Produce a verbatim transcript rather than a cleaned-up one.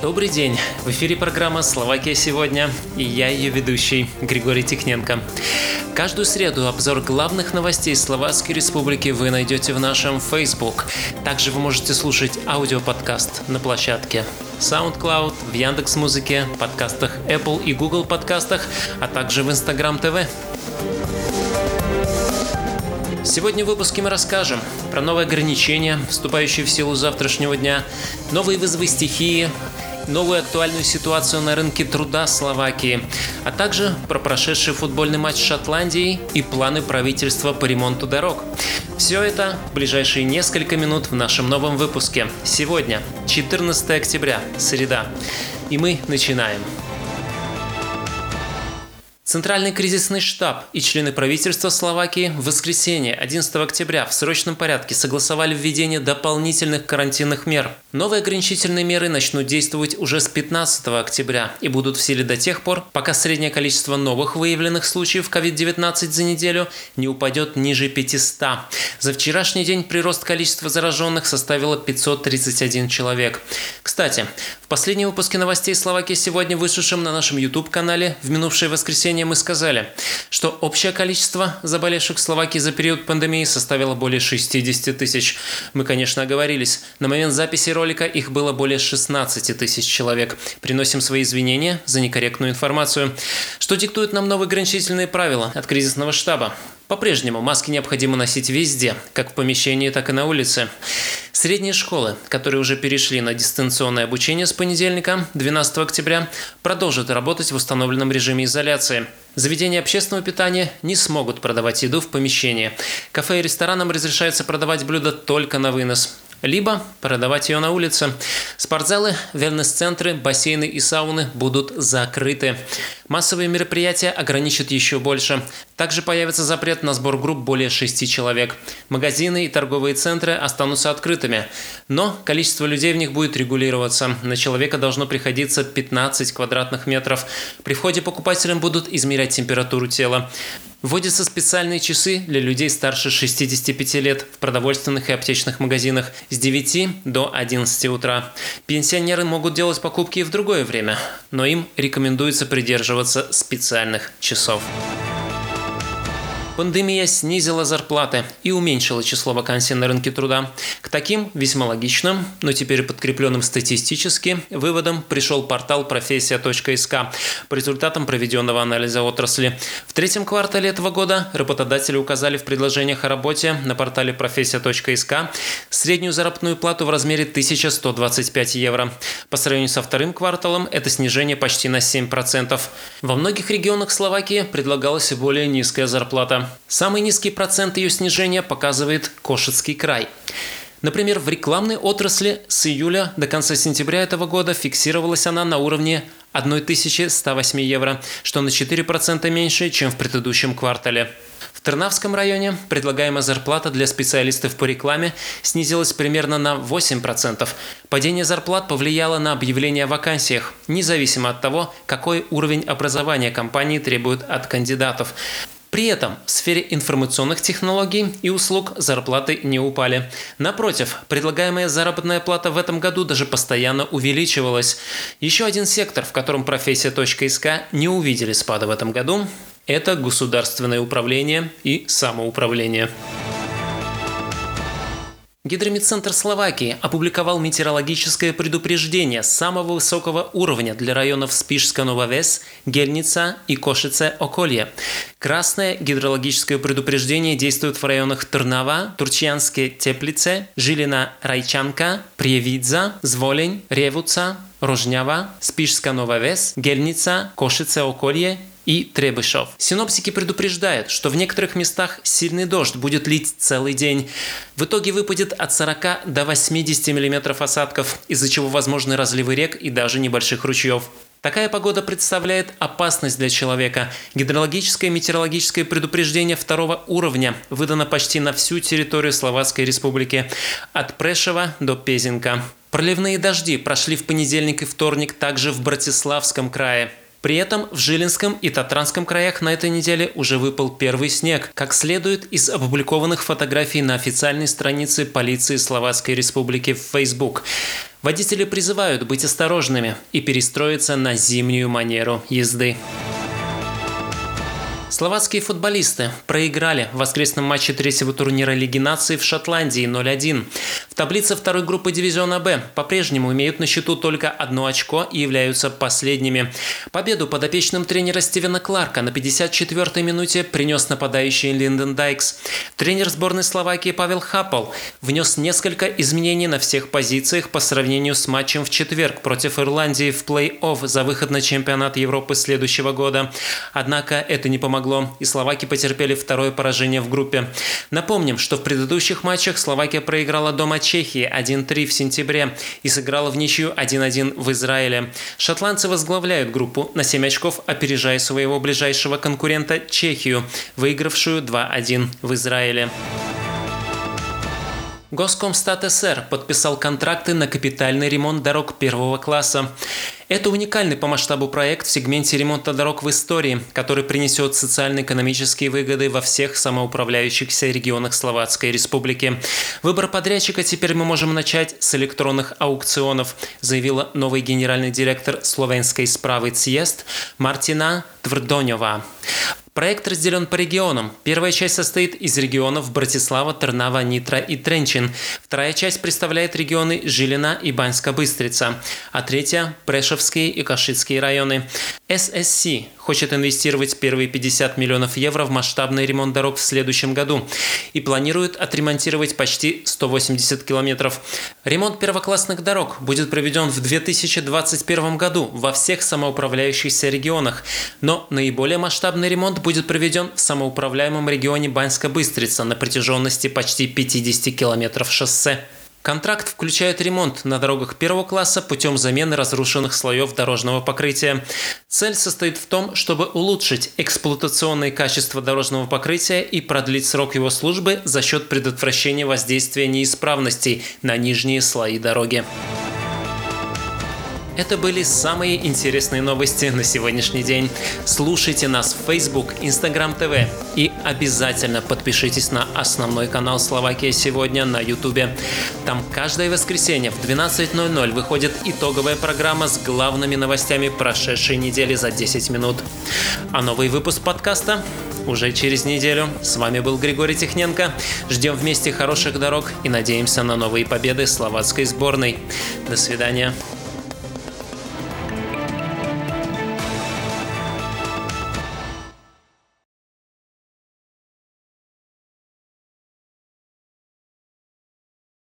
Добрый день! В эфире программа «Словакия сегодня» и я ее ведущий Григорий Тихненко. Каждую среду обзор главных новостей Словацкой Республики вы найдете в нашем Facebook. Также вы можете слушать аудиоподкаст на площадке SoundCloud, в Яндекс.Музыке, подкастах Apple и Google подкастах, а также в Instagram ти ви. Сегодня в выпуске мы расскажем про новые ограничения, вступающие в силу с завтрашнего дня, новые вызовы стихии, новую актуальную ситуацию на рынке труда Словакии, а также про прошедший футбольный матч с Шотландией и планы правительства по ремонту дорог. Все это в ближайшие несколько минут в нашем новом выпуске. Сегодня четырнадцатое октября, среда. И мы начинаем. Центральный кризисный штаб и члены правительства Словакии в воскресенье одиннадцатого октября в срочном порядке согласовали введение дополнительных карантинных мер. Новые ограничительные меры начнут действовать уже с пятнадцатого октября и будут в силе до тех пор, пока среднее количество новых выявленных случаев ковид девятнадцать за неделю не упадет ниже пятисот. За вчерашний день прирост количества зараженных составило пятьсот тридцать один человек. Кстати, в последнем выпуске новостей Словакии сегодня, вышедшем на нашем YouTube-канале в минувшее воскресенье, мы сказали, что общее количество заболевших в Словакии за период пандемии составило более шестьдесят тысяч. Мы, конечно, оговорились. На момент записи ролика их было более шестнадцать тысяч человек. Приносим свои извинения за некорректную информацию. Что диктуют нам новые ограничительные правила от кризисного штаба? По-прежнему маски необходимо носить везде, как в помещении, так и на улице. Средние школы, которые уже перешли на дистанционное обучение с понедельника, двенадцатого октября, продолжат работать в установленном режиме изоляции. Заведения общественного питания не смогут продавать еду в помещении. Кафе и ресторанам разрешается продавать блюда только на вынос, либо продавать ее на улице. Спортзалы, вельнес-центры, бассейны и сауны будут закрыты. Массовые мероприятия ограничат еще больше. Также появится запрет на сбор групп более шести человек. Магазины и торговые центры останутся открытыми, но количество людей в них будет регулироваться. На человека должно приходиться пятнадцать квадратных метров. При входе покупателям будут измерять температуру тела. Вводятся специальные часы для людей старше шестидесяти пяти лет в продовольственных и аптечных магазинах с девяти до одиннадцати утра. Пенсионеры могут делать покупки и в другое время, но им рекомендуется придерживаться специальных часов. Пандемия снизила зарплаты и уменьшила число вакансий на рынке труда. К таким весьма логичным, но теперь подкрепленным статистически, выводам пришел портал профессия точка эс ка по результатам проведенного анализа отрасли. В третьем квартале этого года работодатели указали в предложениях о работе на портале профессия точка эс ка среднюю заработную плату в размере тысяча сто двадцать пять евро. По сравнению со вторым кварталом это снижение почти на семь процентов. Во многих регионах Словакии предлагалась и более низкая зарплата. Самый низкий процент ее снижения показывает Кошицкий край. Например, в рекламной отрасли с июля до конца сентября этого года фиксировалась она на уровне тысяча сто восемь евро, что на четыре процента меньше, чем в предыдущем квартале. В Трнавском районе предлагаемая зарплата для специалистов по рекламе снизилась примерно на восемь процентов. Падение зарплат повлияло на объявление о вакансиях, независимо от того, какой уровень образования компании требуют от кандидатов. При этом в сфере информационных технологий и услуг зарплаты не упали. Напротив, предлагаемая заработная плата в этом году даже постоянно увеличивалась. Еще один сектор, в котором профессия точка эс ка не увидели спада в этом году, это государственное управление и самоуправление. Гидрометцентр Словакии опубликовал метеорологическое предупреждение самого высокого уровня для районов Spišská-Nová Ves, Gelnica и Košice-Okolie. Красное гидрологическое предупреждение действует в районах Трнава, Turčianske Teplice, Žilina-Rajčanka, Prievidza, Zvoleń, Revúca, Rožňava, Spišská-Nová Ves, Gelnica, Košice-Okolie и Требышев. Синоптики предупреждают, что в некоторых местах сильный дождь будет лить целый день. В итоге выпадет от сорока до восьмидесяти миллиметров осадков, из-за чего возможны разливы рек и даже небольших ручьев. Такая погода представляет опасность для человека. Гидрологическое и метеорологическое предупреждение второго уровня выдано почти на всю территорию Словацкой Республики, от Прешова до Пезинка. Проливные дожди прошли в понедельник и вторник также в Братиславском крае. При этом в Жилинском и Татранском краях на этой неделе уже выпал первый снег, как следует из опубликованных фотографий на официальной странице полиции Словацкой Республики в Facebook. Водители призывают быть осторожными и перестроиться на зимнюю манеру езды. Словацкие футболисты проиграли в воскресном матче третьего турнира Лиги наций в Шотландии ноль один. В таблице второй группы дивизиона Б по-прежнему имеют на счету только одно очко и являются последними. Победу подопечным тренера Стивена Кларка на пятьдесят четвёртой минуте принес нападающий Линден Дайкс. Тренер сборной Словакии Павел Хапал внес несколько изменений на всех позициях по сравнению с матчем в четверг против Ирландии в плей-офф за выход на чемпионат Европы следующего года. Однако это не помогло, и словаки потерпели второе поражение в группе. Напомним, что в предыдущих матчах Словакия проиграла дома Чехии один три в сентябре и сыграла в ничью один один в Израиле. Шотландцы возглавляют группу на семь очков, опережая своего ближайшего конкурента Чехию, выигравшую два один в Израиле. Госкомстат СССР подписал контракты на капитальный ремонт дорог первого класса. Это уникальный по масштабу проект в сегменте ремонта дорог в истории, который принесет социально-экономические выгоды во всех самоуправляющихся регионах Словацкой Республики. Выбор подрядчика теперь мы можем начать с электронных аукционов, заявила новый генеральный директор Slovenskej správy ciest Martina Tvrdoňová. Проект разделен по регионам. Первая часть состоит из регионов Братислава, Трнава, Нитра и Тренчин. Вторая часть представляет регионы Жилина и Баньска-Быстрица. А третья – Прешевские и Каширские районы. эс эс си хочет инвестировать первые пятьдесят миллионов евро в масштабный ремонт дорог в следующем году и планирует отремонтировать почти сто восемьдесят километров. Ремонт первоклассных дорог будет проведен в две тысячи двадцать первом году во всех самоуправляющихся регионах, но наиболее масштабный ремонт будет проведен в самоуправляемом регионе Баньска-Быстрица на протяженности почти пятидесяти километров шоссе. Контракт включает ремонт на дорогах первого класса путем замены разрушенных слоев дорожного покрытия. Цель состоит в том, чтобы улучшить эксплуатационные качества дорожного покрытия и продлить срок его службы за счет предотвращения воздействия неисправностей на нижние слои дороги. Это были самые интересные новости на сегодняшний день. Слушайте нас в Facebook, Instagram ти ви и обязательно подпишитесь на основной канал «Словакия сегодня» на YouTube. Там каждое воскресенье в двенадцать ноль ноль выходит итоговая программа с главными новостями прошедшей недели за десять минут. А новый выпуск подкаста уже через неделю. С вами был Григорий Тихненко. Ждем вместе хороших дорог и надеемся на новые победы словацкой сборной. До свидания.